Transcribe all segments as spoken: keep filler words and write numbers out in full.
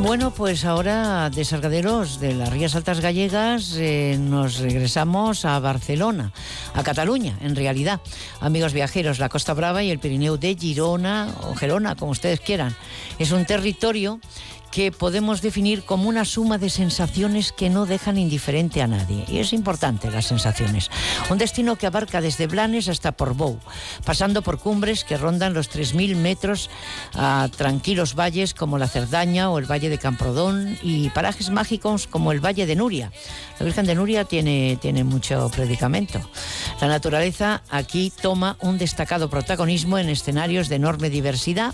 Bueno, pues ahora de Sargaderos, de las Rías Altas Gallegas, eh, nos regresamos a Barcelona, a Cataluña, en realidad. Amigos viajeros, la Costa Brava y el Pirineo de Girona, o Gerona, como ustedes quieran, es un territorio que podemos definir como una suma de sensaciones que no dejan indiferente a nadie. Y es importante las sensaciones. Un destino que abarca desde Blanes hasta Portbou, pasando por cumbres que rondan los tres mil metros, a tranquilos valles como la Cerdaña o el Valle de Camprodón y parajes mágicos como el Valle de Nuria. La Virgen de Nuria tiene, tiene mucho predicamento. La naturaleza aquí toma un destacado protagonismo en escenarios de enorme diversidad.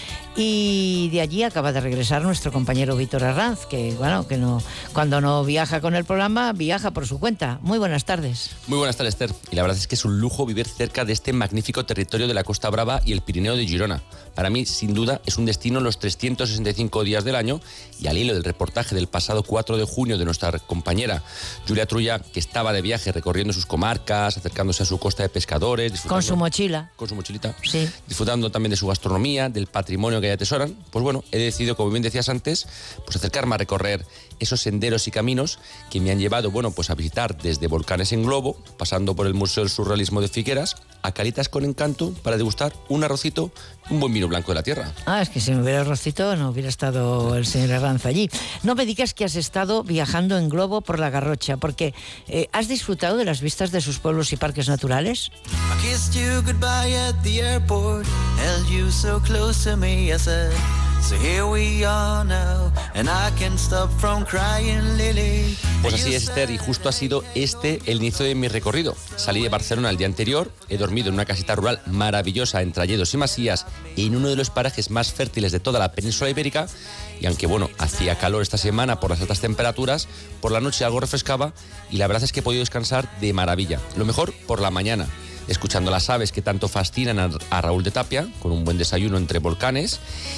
Y de allí acaba de regresar nuestro compañero Víctor Arranz, que bueno, que no, cuando no viaja con el programa, viaja por su cuenta. Muy buenas tardes. Muy buenas tardes, Esther. Y la verdad es que es un lujo vivir cerca de este magnífico territorio de la Costa Brava y el Pirineo de Girona. Para mí, sin duda, es un destino los trescientos sesenta y cinco días del año, y al hilo del reportaje del pasado cuatro de junio de nuestra compañera Julia Trulla, que estaba de viaje recorriendo sus comarcas, acercándose a su costa de pescadores, con su mochila. Con su mochilita. Sí. Disfrutando también de su gastronomía, del patrimonio que atesoran. Pues bueno, he decidido, como bien decías antes, pues acercarme a recorrer esos senderos y caminos que me han llevado, bueno, pues a visitar desde volcanes en globo, pasando por el Museo del Surrealismo de Figueras, a Calitas con Encanto, para degustar un arrocito y un buen vino blanco de la tierra. Ah, es que si me hubiera arrocito no hubiera estado el señor Arranz allí. No me digas que has estado viajando en globo por la Garrocha, porque eh, ¿has disfrutado de las vistas de sus pueblos y parques naturales? I kissed you goodbye at the airport, held you so close to me, I said, so here we are now, and I can't stop from crying, Lily. Pues así es, Esther, y justo ha sido este el inicio de mi recorrido. Salí de Barcelona el día anterior, he dormido en una casita rural maravillosa entre Alledos y Masías, en uno de los parajes más fértiles de toda la península ibérica, y aunque bueno, hacía calor esta semana por las altas temperaturas, por la noche algo refrescaba, y la verdad es que he podido descansar de maravilla. Lo mejor por la mañana, escuchando las aves que tanto fascinan a, a Raúl de Tapia, con un buen desayuno entre volcanes,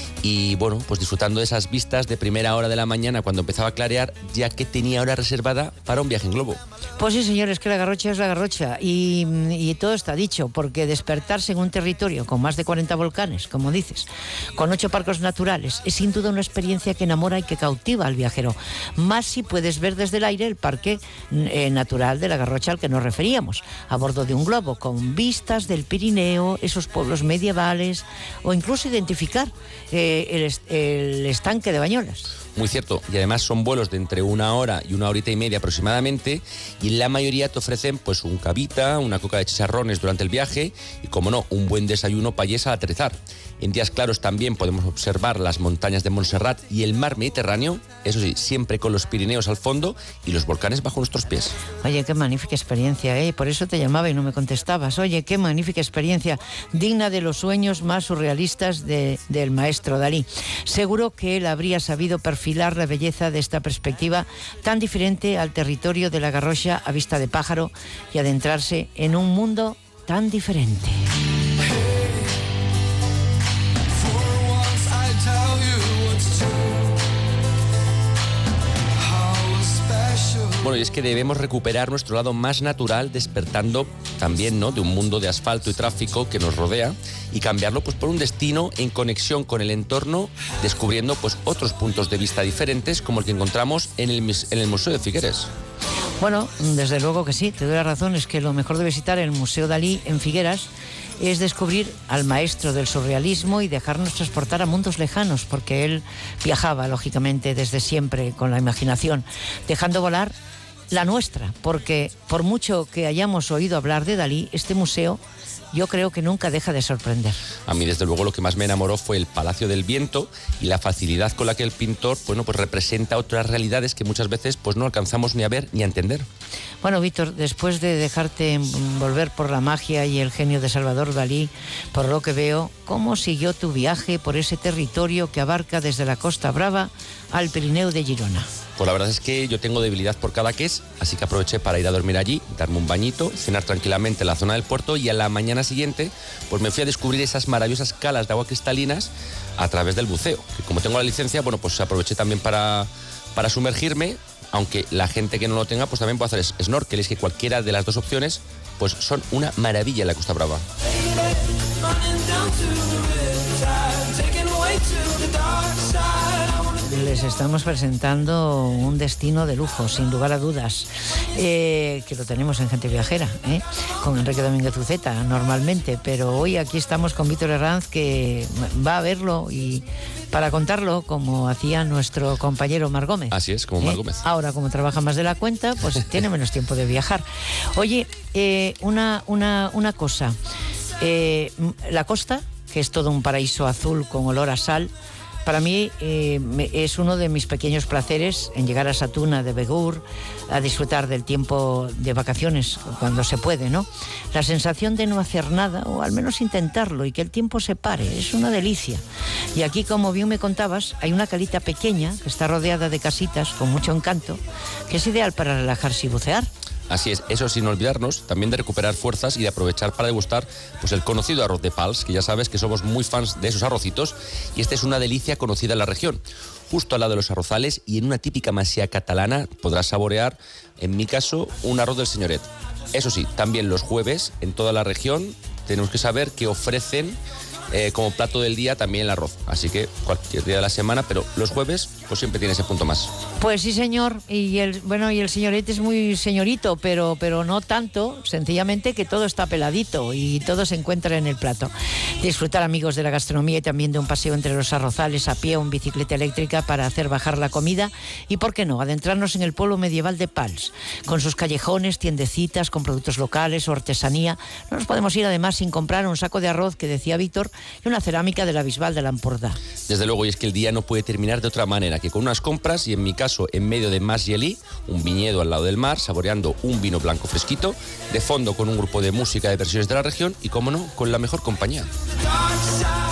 y bueno, pues disfrutando de esas vistas de primera hora de la mañana cuando empezaba a clarear, ya que tenía hora reservada para un viaje en globo. Pues sí, señores, que la Garrocha es la Garrocha, y, y todo está dicho, porque despertarse en un territorio con más de cuarenta volcanes, como dices, con ocho parques naturales, es sin duda una experiencia que enamora y que cautiva al viajero, más si puedes ver desde el aire el parque eh, natural de la Garrocha al que nos referíamos, a bordo de un globo, con vistas del Pirineo, esos pueblos medievales, o incluso identificar eh, el, est- el estanque de Bañolas. Muy cierto, y además son vuelos de entre una hora y una horita y media aproximadamente, y la mayoría te ofrecen pues un cavita, una coca de chicharrones durante el viaje y, como no, un buen desayuno payés al aterrizar. En días claros también podemos observar las montañas de Montserrat y el mar Mediterráneo, eso sí, siempre con los Pirineos al fondo y los volcanes bajo nuestros pies. Oye, qué magnífica experiencia, ¿eh? Por eso te llamaba y no me contestabas. Oye, qué magnífica experiencia, digna de los sueños más surrealistas de, del maestro Dalí. Seguro que él habría sabido perfilar la belleza de esta perspectiva tan diferente al territorio de la Garrocha a vista de pájaro y adentrarse en un mundo tan diferente. Bueno, y es que debemos recuperar nuestro lado más natural, despertando también, ¿no?, de un mundo de asfalto y tráfico que nos rodea, y cambiarlo pues por un destino en conexión con el entorno, descubriendo pues otros puntos de vista diferentes, como el que encontramos en el, en el Museo de Figueres. Bueno, desde luego que sí, te doy la razón, es que lo mejor de visitar el Museo Dalí en Figueras es descubrir al maestro del surrealismo y dejarnos transportar a mundos lejanos, porque él viajaba, lógicamente, desde siempre con la imaginación, dejando volar la nuestra, porque por mucho que hayamos oído hablar de Dalí, este museo yo creo que nunca deja de sorprender. A mí, desde luego, lo que más me enamoró fue el Palacio del Viento y la facilidad con la que el pintor, bueno, pues representa otras realidades que muchas veces pues no alcanzamos ni a ver ni a entender. Bueno, Víctor, después de dejarte envolver por la magia y el genio de Salvador Dalí, por lo que veo, ¿cómo siguió tu viaje por ese territorio que abarca desde la Costa Brava al Pirineo de Girona? Pues la verdad es que yo tengo debilidad por Cadaqués, así que aproveché para ir a dormir allí, darme un bañito, cenar tranquilamente en la zona del puerto, y a la mañana siguiente pues me fui a descubrir esas maravillosas calas de agua cristalinas a través del buceo, que como tengo la licencia, bueno, pues aproveché también para, para sumergirme, aunque la gente que no lo tenga pues también puede hacer snorkel, es que cualquiera de las dos opciones pues son una maravilla en la Costa Brava. les estamos presentando un destino de lujo, sin lugar a dudas, eh, que lo tenemos en Gente Viajera, ¿eh? con Enrique Domínguez Uceta normalmente, pero hoy aquí estamos con Víctor Herranz, que va a verlo y para contarlo, como hacía nuestro compañero Mar Gómez. Así es, como Mar ¿Eh? Gómez. Ahora, como trabaja más de la cuenta, pues tiene menos tiempo de viajar. Oye, eh, una, una, una cosa, eh, la costa, que es todo un paraíso azul con olor a sal, para mí eh, es uno de mis pequeños placeres en llegar a Satuna de Begur, a disfrutar del tiempo de vacaciones cuando se puede, ¿no? La sensación de no hacer nada, o al menos intentarlo, y que el tiempo se pare, es una delicia. Y aquí, como bien me contabas, hay una calita pequeña que está rodeada de casitas con mucho encanto, que es ideal para relajarse y bucear. Así es, eso sin olvidarnos también de recuperar fuerzas y de aprovechar para degustar pues el conocido arroz de Pals, que ya sabes que somos muy fans de esos arrocitos, y esta es una delicia conocida en la región. Justo al lado de los arrozales y en una típica masía catalana podrás saborear, en mi caso, un arroz del Senyoret. Eso sí, también los jueves en toda la región tenemos que saber que ofrecen eh, como plato del día también el arroz. Así que cualquier día de la semana, pero los jueves pues siempre tiene ese punto más. Pues sí, señor. Y el bueno y el señorete es muy señorito, pero, pero no tanto, sencillamente que todo está peladito y todo se encuentra en el plato. Disfrutar, amigos, de la gastronomía y también de un paseo entre los arrozales a pie o en bicicleta eléctrica para hacer bajar la comida y, ¿por qué no?, adentrarnos en el pueblo medieval de Pals, con sus callejones, tiendecitas, con productos locales o artesanía. No nos podemos ir además sin comprar un saco de arroz, que decía Víctor, y una cerámica de la Bisbal de l'Empordà. Desde luego, y es que el día no puede terminar de otra manera que con unas compras y, en mi caso, en medio de Mas Gelí, un viñedo al lado del mar, saboreando un vino blanco fresquito, de fondo con un grupo de música de versiones de la región y, cómo no, con la mejor compañía.